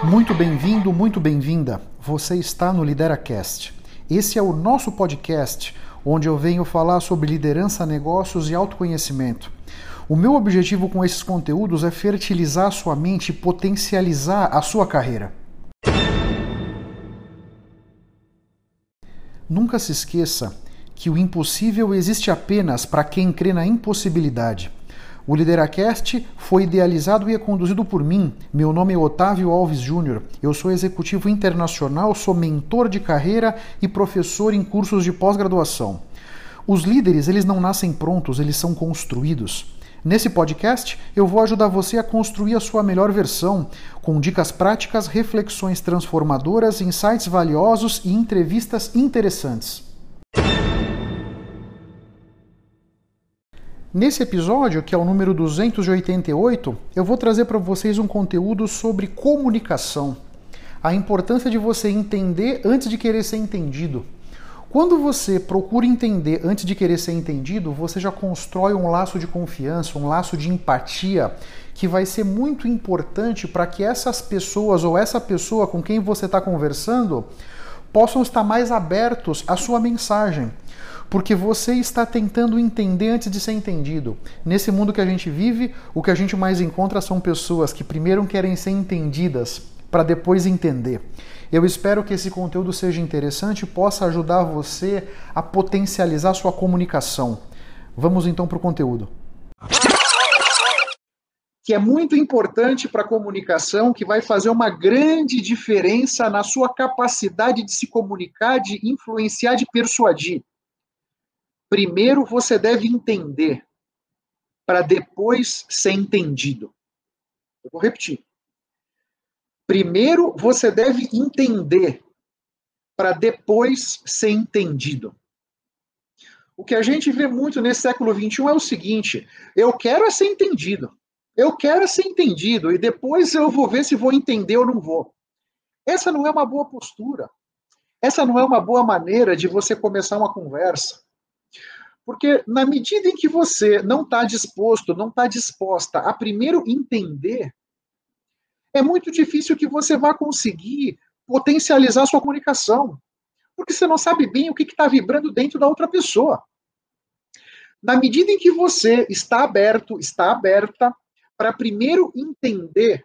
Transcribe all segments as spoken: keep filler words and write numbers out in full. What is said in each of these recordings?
Muito bem-vindo, muito bem-vinda. Você está no LideraCast. Esse é o nosso podcast, onde eu venho falar sobre liderança, negócios e autoconhecimento. O meu objetivo com esses conteúdos é fertilizar a sua mente e potencializar a sua carreira. Nunca se esqueça que o impossível existe apenas para quem crê na impossibilidade. O LideraCast foi idealizado e é conduzido por mim. Meu nome é Otávio Alves Júnior. Eu sou executivo internacional, sou mentor de carreira e professor em cursos de pós-graduação. Os líderes, eles não nascem prontos, eles são construídos. Nesse podcast, eu vou ajudar você a construir a sua melhor versão, com dicas práticas, reflexões transformadoras, insights valiosos e entrevistas interessantes. Nesse episódio, que é o número duzentos e oitenta e oito, eu vou trazer para vocês um conteúdo sobre comunicação. A importância de você entender antes de querer ser entendido. Quando você procura entender antes de querer ser entendido, você já constrói um laço de confiança, um laço de empatia, que vai ser muito importante para que essas pessoas ou essa pessoa com quem você está conversando possam estar mais abertos à sua mensagem. Porque você está tentando entender antes de ser entendido. Nesse mundo que a gente vive, o que a gente mais encontra são pessoas que primeiro querem ser entendidas para depois entender. Eu espero que esse conteúdo seja interessante e possa ajudar você a potencializar sua comunicação. Vamos então para o conteúdo. Que é muito importante para a comunicação, que vai fazer uma grande diferença na sua capacidade de se comunicar, de influenciar, de persuadir. Primeiro você deve entender, para depois ser entendido. Eu vou repetir. Primeiro você deve entender, para depois ser entendido. O que a gente vê muito nesse século vinte e um é o seguinte: eu quero é ser entendido. Eu quero é ser entendido, e depois eu vou ver se vou entender ou não vou. Essa não é uma boa postura. Essa não é uma boa maneira de você começar uma conversa. Porque na medida em que você não está disposto, não está disposta a primeiro entender, é muito difícil que você vá conseguir potencializar a sua comunicação. Porque você não sabe bem o que está vibrando dentro da outra pessoa. Na medida em que você está aberto, está aberta, para primeiro entender,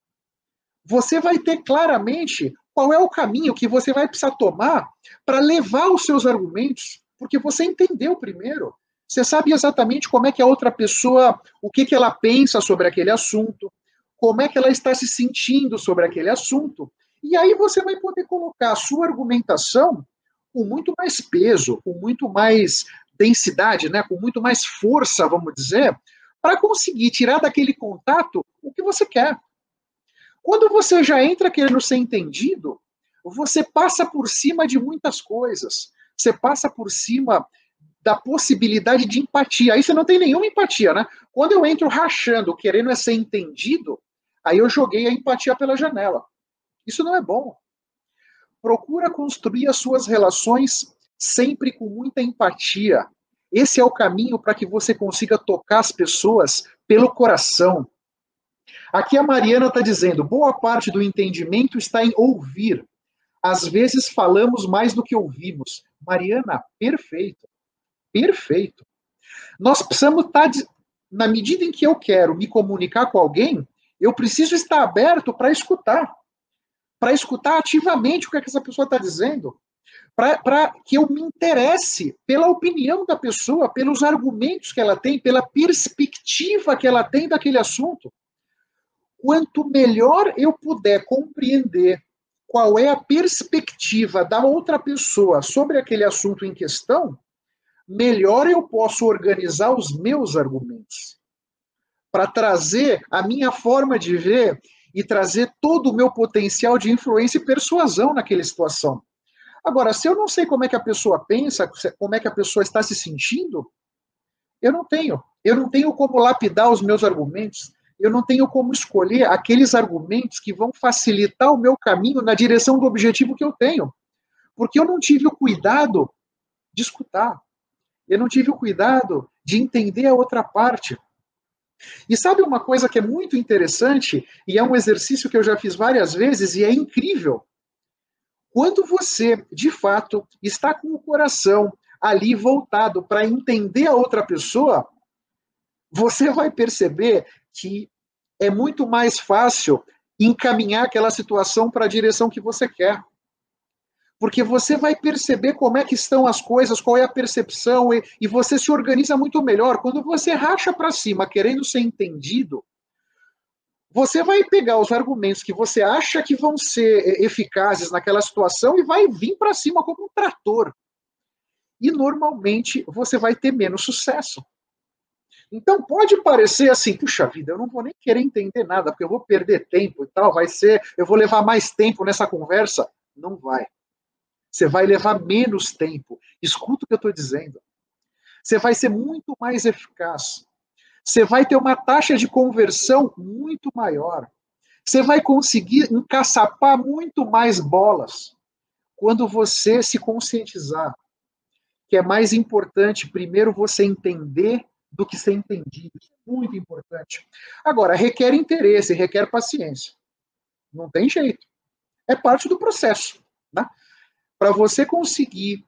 você vai ter claramente qual é o caminho que você vai precisar tomar para levar os seus argumentos. Porque você entendeu primeiro. Você sabe exatamente como é que a outra pessoa, o que, que ela pensa sobre aquele assunto, como é que ela está se sentindo sobre aquele assunto. E aí você vai poder colocar a sua argumentação com muito mais peso, com muito mais densidade, né, com muito mais força, vamos dizer, para conseguir tirar daquele contato o que você quer. Quando você já entra querendo ser entendido, você passa por cima de muitas coisas. Você passa por cima da possibilidade de empatia. Aí você não tem nenhuma empatia, né? Quando eu entro rachando, querendo ser entendido, aí eu joguei a empatia pela janela. Isso não é bom. Procura construir as suas relações sempre com muita empatia. Esse é o caminho para que você consiga tocar as pessoas pelo coração. Aqui a Mariana está dizendo, boa parte do entendimento está em ouvir. Às vezes falamos mais do que ouvimos. Mariana, perfeito. Perfeito. Nós precisamos estar, na medida em que eu quero me comunicar com alguém, eu preciso estar aberto para escutar. Para escutar ativamente o que, é que essa pessoa está dizendo. Para que eu me interesse pela opinião da pessoa, pelos argumentos que ela tem, pela perspectiva que ela tem daquele assunto. Quanto melhor eu puder compreender qual é a perspectiva da outra pessoa sobre aquele assunto em questão, melhor eu posso organizar os meus argumentos. Para trazer a minha forma de ver e trazer todo o meu potencial de influência e persuasão naquela situação. Agora, se eu não sei como é que a pessoa pensa, como é que a pessoa está se sentindo, eu não tenho. Eu não tenho como lapidar os meus argumentos. Eu não tenho como escolher aqueles argumentos que vão facilitar o meu caminho na direção do objetivo que eu tenho. Porque eu não tive o cuidado de escutar. Eu não tive o cuidado de entender a outra parte. E sabe uma coisa que é muito interessante, e é um exercício que eu já fiz várias vezes, e é incrível? Quando você, de fato, está com o coração ali voltado para entender a outra pessoa, você vai perceber que é muito mais fácil encaminhar aquela situação para a direção que você quer. Porque você vai perceber como é que estão as coisas, qual é a percepção, e, e você se organiza muito melhor. Quando você racha para cima querendo ser entendido, você vai pegar os argumentos que você acha que vão ser eficazes naquela situação e vai vir para cima como um trator. E normalmente você vai ter menos sucesso. Então pode parecer assim, puxa vida, eu não vou nem querer entender nada, porque eu vou perder tempo e tal, vai ser, eu vou levar mais tempo nessa conversa. Não vai. Você vai levar menos tempo. Escuta o que eu estou dizendo. Você vai ser muito mais eficaz. Você vai ter uma taxa de conversão muito maior. Você vai conseguir encaçapar muito mais bolas quando você se conscientizar que é mais importante primeiro você entender do que ser entendido. Isso é muito importante. Agora, requer interesse, requer paciência. Não tem jeito. É parte do processo, né? Para você conseguir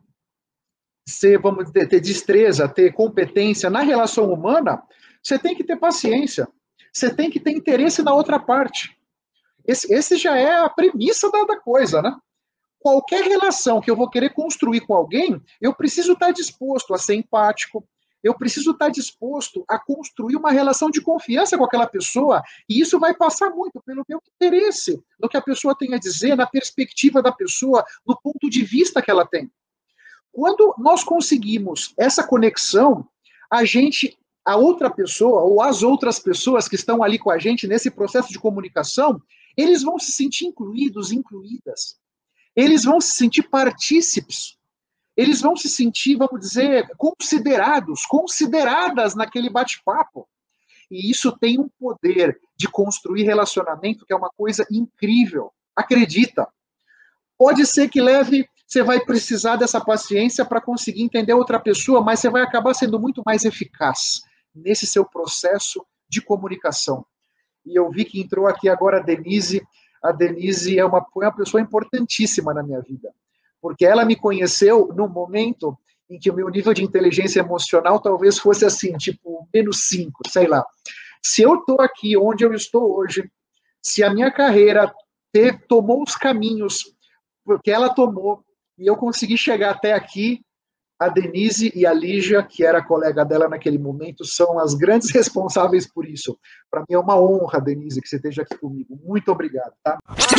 ser, vamos dizer, ter destreza, ter competência na relação humana, você tem que ter paciência. Você tem que ter interesse na outra parte. Esse, esse já é a premissa da, da coisa, né? Qualquer relação que eu vou querer construir com alguém, eu preciso estar disposto a ser empático, eu preciso estar disposto a construir uma relação de confiança com aquela pessoa, e isso vai passar muito pelo meu interesse, no que a pessoa tem a dizer, na perspectiva da pessoa, no ponto de vista que ela tem. Quando nós conseguimos essa conexão, a gente, a outra pessoa, ou as outras pessoas que estão ali com a gente nesse processo de comunicação, eles vão se sentir incluídos, incluídas. Eles vão se sentir partícipes. Eles vão se sentir, vamos dizer, considerados, consideradas naquele bate-papo. E isso tem um poder de construir relacionamento que é uma coisa incrível. Acredita. Pode ser que leve, você vai precisar dessa paciência para conseguir entender outra pessoa, mas você vai acabar sendo muito mais eficaz nesse seu processo de comunicação. E eu vi que entrou aqui agora a Denise. A Denise é uma, foi uma pessoa importantíssima na minha vida. Porque ela me conheceu num momento em que o meu nível de inteligência emocional talvez fosse assim, tipo, menos cinco, sei lá. Se eu estou aqui onde eu estou hoje, se a minha carreira ter, tomou os caminhos que ela tomou, e eu consegui chegar até aqui, a Denise e a Lígia, que era a colega dela naquele momento, são as grandes responsáveis por isso. Para mim é uma honra, Denise, que você esteja aqui comigo. Muito obrigado, tá?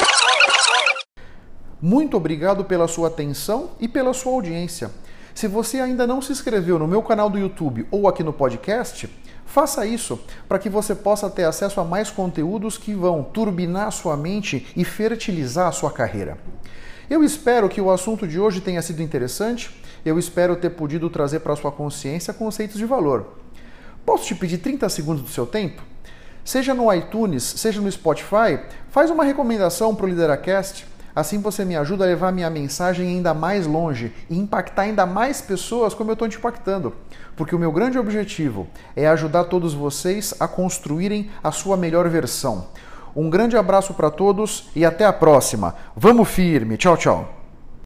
Muito obrigado pela sua atenção e pela sua audiência. Se você ainda não se inscreveu no meu canal do YouTube ou aqui no podcast, faça isso para que você possa ter acesso a mais conteúdos que vão turbinar a sua mente e fertilizar a sua carreira. Eu espero que o assunto de hoje tenha sido interessante. Eu espero ter podido trazer para a sua consciência conceitos de valor. Posso te pedir trinta segundos do seu tempo? Seja no iTunes, seja no Spotify, faz uma recomendação para o Lideracast. Assim você me ajuda a levar minha mensagem ainda mais longe e impactar ainda mais pessoas como eu estou te impactando. Porque o meu grande objetivo é ajudar todos vocês a construírem a sua melhor versão. Um grande abraço para todos e até a próxima. Vamos firme. Tchau, tchau.